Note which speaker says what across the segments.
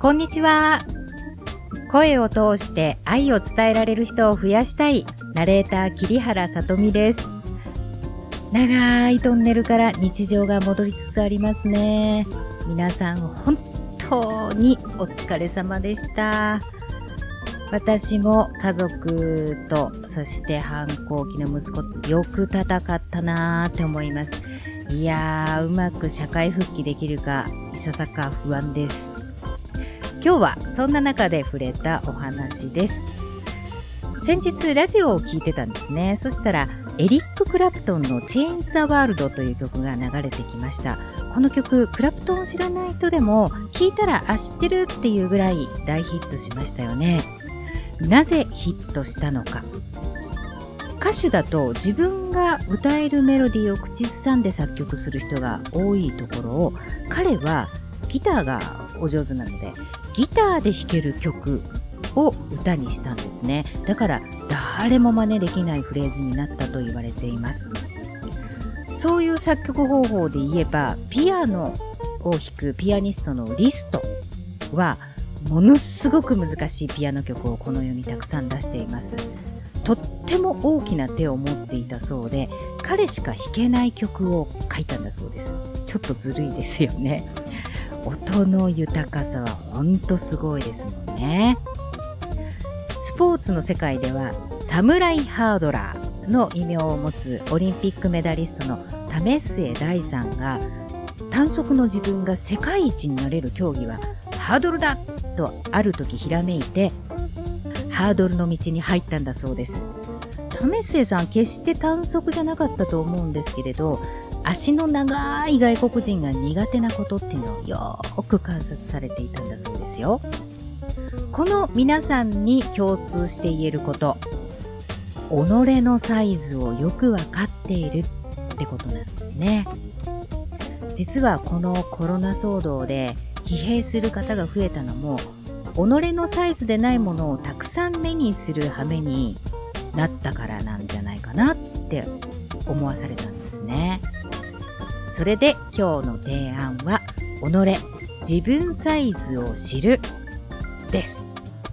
Speaker 1: こんにちは。声を通して愛を伝えられる人を増やしたいナレーター桐原さとみです。長いトンネルから日常が戻りつつありますね。皆さん本当にお疲れ様でした。私も家族とそして反抗期の息子とよく戦ったなーって思います。いやー、うまく社会復帰できるかいささか不安です。今日はそんな中で触れたお話です。先日ラジオを聞いてたんですね。そしたらエリック・クラプトンの Change the World という曲が流れてきました。この曲、クラプトンを知らない人でも聞いたら知ってるっていうぐらい大ヒットしましたよね。なぜヒットしたのか。歌手だと自分が歌えるメロディーを口ずさんで作曲する人が多いところを、彼はギターがお上手なのでギターで弾ける曲を歌にしたんですね。だから誰も真似できないフレーズになったと言われています。そういう作曲方法で言えば、ピアノを弾くピアニストのリストはものすごく難しいピアノ曲をこの世にたくさん出しています。とっても大きな手を持っていたそうで、彼しか弾けない曲を書いたんだそうです。ちょっとずるいですよね。音の豊かさはほんとすごいですもんね。スポーツの世界ではサムライハードラーの異名を持つオリンピックメダリストの為末大さんが、短足の自分が世界一になれる競技はハードルだとある時ひらめいて、ハードルの道に入ったんだそうです。為末さん決して短足じゃなかったと思うんですけれど、足の長い外国人が苦手なことっていうのをよーく観察されていたんだそうですよ。この皆さんに共通して言えること、己のサイズをよくわかっているってことなんですね。実はこのコロナ騒動で疲弊する方が増えたのも、己のサイズでないものをたくさん目にする羽目になったからなんじゃないかなって思わされたんですね。それで今日の提案は、己、自分サイズを知るです。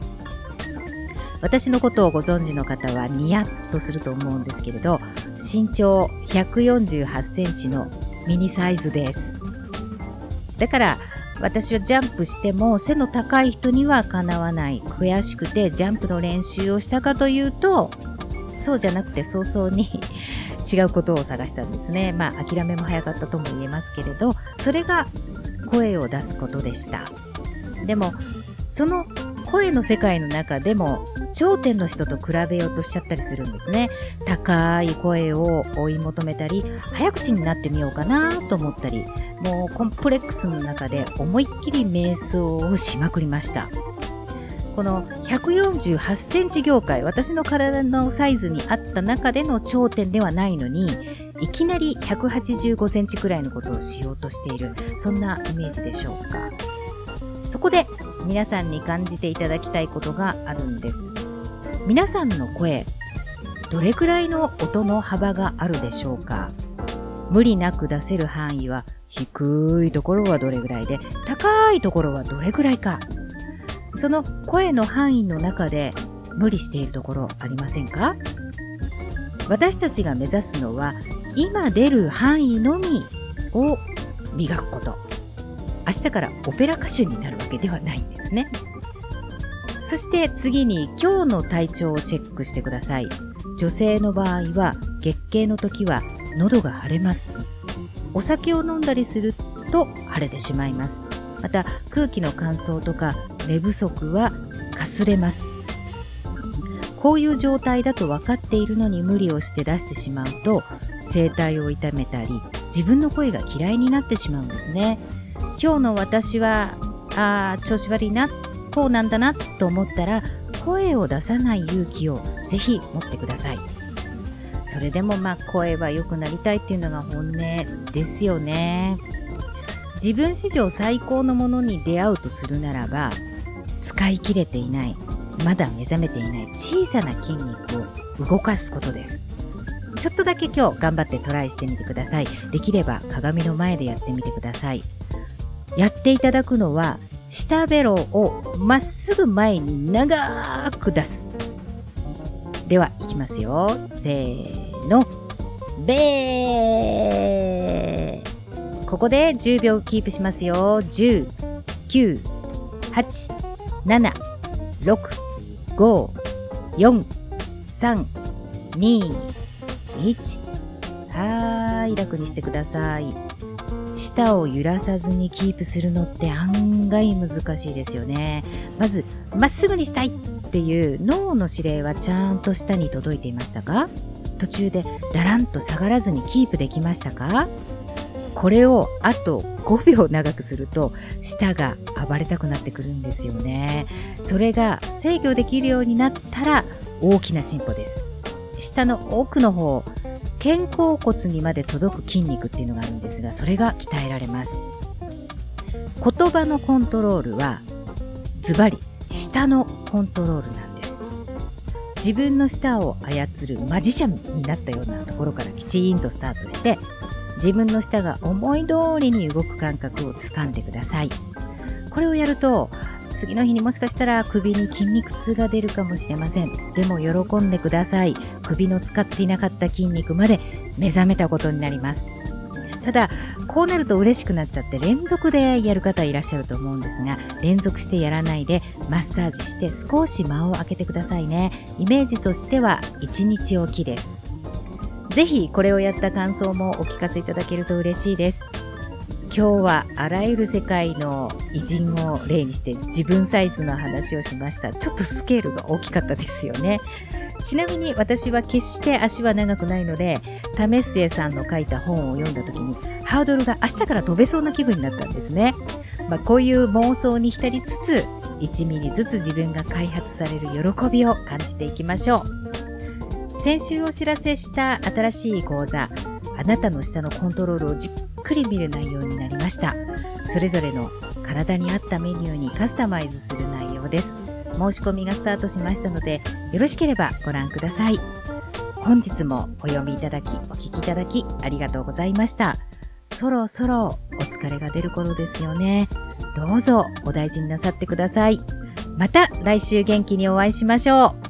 Speaker 1: 私のことをご存知の方はニヤッとすると思うんですけれど、身長148センチのミニサイズです。だから私はジャンプしても背の高い人にはかなわない。悔しくてジャンプの練習をしたかというと、そうじゃなくて早々に違うことを探したんですね。諦めも早かったとも言えますけれど、それが声を出すことでした。でもその声の世界の中でも頂点の人と比べようとしちゃったりするんですね。高い声を追い求めたり、早口になってみようかなと思ったり、もうコンプレックスの中で思いっきり瞑想をしまくりました。この148センチ業界、私の体のサイズに合った中での頂点ではないのに、いきなり185センチくらいのことをしようとしている、そんなイメージでしょうか。そこで皆さんに感じていただきたいことがあるんです。皆さんの声、どれくらいの音の幅があるでしょうか。無理なく出せる範囲は、低いところはどれぐらいで、高いところはどれくらいか。その声の範囲の中で無理しているところありませんか？私たちが目指すのは、今出る範囲のみを磨くこと。明日からオペラ歌手になるわけではないんですね。そして次に今日の体調をチェックしてください。女性の場合は月経の時は喉が腫れます。お酒を飲んだりすると腫れてしまいます。また空気の乾燥とか寝不足はかすれます。こういう状態だと分かっているのに無理をして出してしまうと、声帯を痛めたり自分の声が嫌いになってしまうんですね。今日の私は調子悪いな、こうなんだなと思ったら、声を出さない勇気をぜひ持ってください。それでも声は良くなりたいっていうのが本音ですよね。自分史上最高のものに出会うとするならば、使い切れていない、まだ目覚めていない小さな筋肉を動かすことです。ちょっとだけ今日頑張ってトライしてみてください。できれば鏡の前でやってみてください。やっていただくのは下ベロをまっすぐ前に長く出す。では、いきますよ。せーの。べー。ここで10秒キープしますよ。10、9、8、7、6、5、4、3、2、1。はーい、楽にしてください。舌を揺らさずにキープするのって案外難しいですよね。まず、まっすぐにしたいっていう脳の指令はちゃんと舌に届いていましたか？途中でだらんと下がらずにキープできましたか？これをあと5秒長くすると舌が暴れたくなってくるんですよね。それが制御できるようになったら大きな進歩です。舌の奥の方、肩甲骨にまで届く筋肉っていうのがあるんですが、それが鍛えられます。言葉のコントロールはズバリ舌のコントロールなんです。自分の舌を操るマジシャンになったようなところからきちんとスタートして、自分の舌が思い通りに動く感覚をつかんでください。これをやると次の日にもしかしたら首に筋肉痛が出るかもしれません。でも喜んでください。首の使っていなかった筋肉まで目覚めたことになります。ただこうなると嬉しくなっちゃって連続でやる方いらっしゃると思うんですが、連続してやらないでマッサージして少し間を空けてくださいね。イメージとしては1日おきです。ぜひこれをやった感想もお聞かせいただけると嬉しいです。今日はあらゆる世界の偉人を例にして自分サイズの話をしました。ちょっとスケールが大きかったですよね。ちなみに私は決して足は長くないので、為末さんの書いた本を読んだ時にハードルが明日から飛べそうな気分になったんですね。こういう妄想に浸りつつ1ミリずつ自分が開発される喜びを感じていきましょう。先週お知らせした新しい講座、あなたの舌のコントロールをじっくり見る内容になりました。それぞれの体に合ったメニューにカスタマイズする内容です。申し込みがスタートしましたので、よろしければご覧ください。本日もお読みいただき、お聞きいただきありがとうございました。そろそろお疲れが出る頃ですよね。どうぞお大事になさってください。また来週元気にお会いしましょう。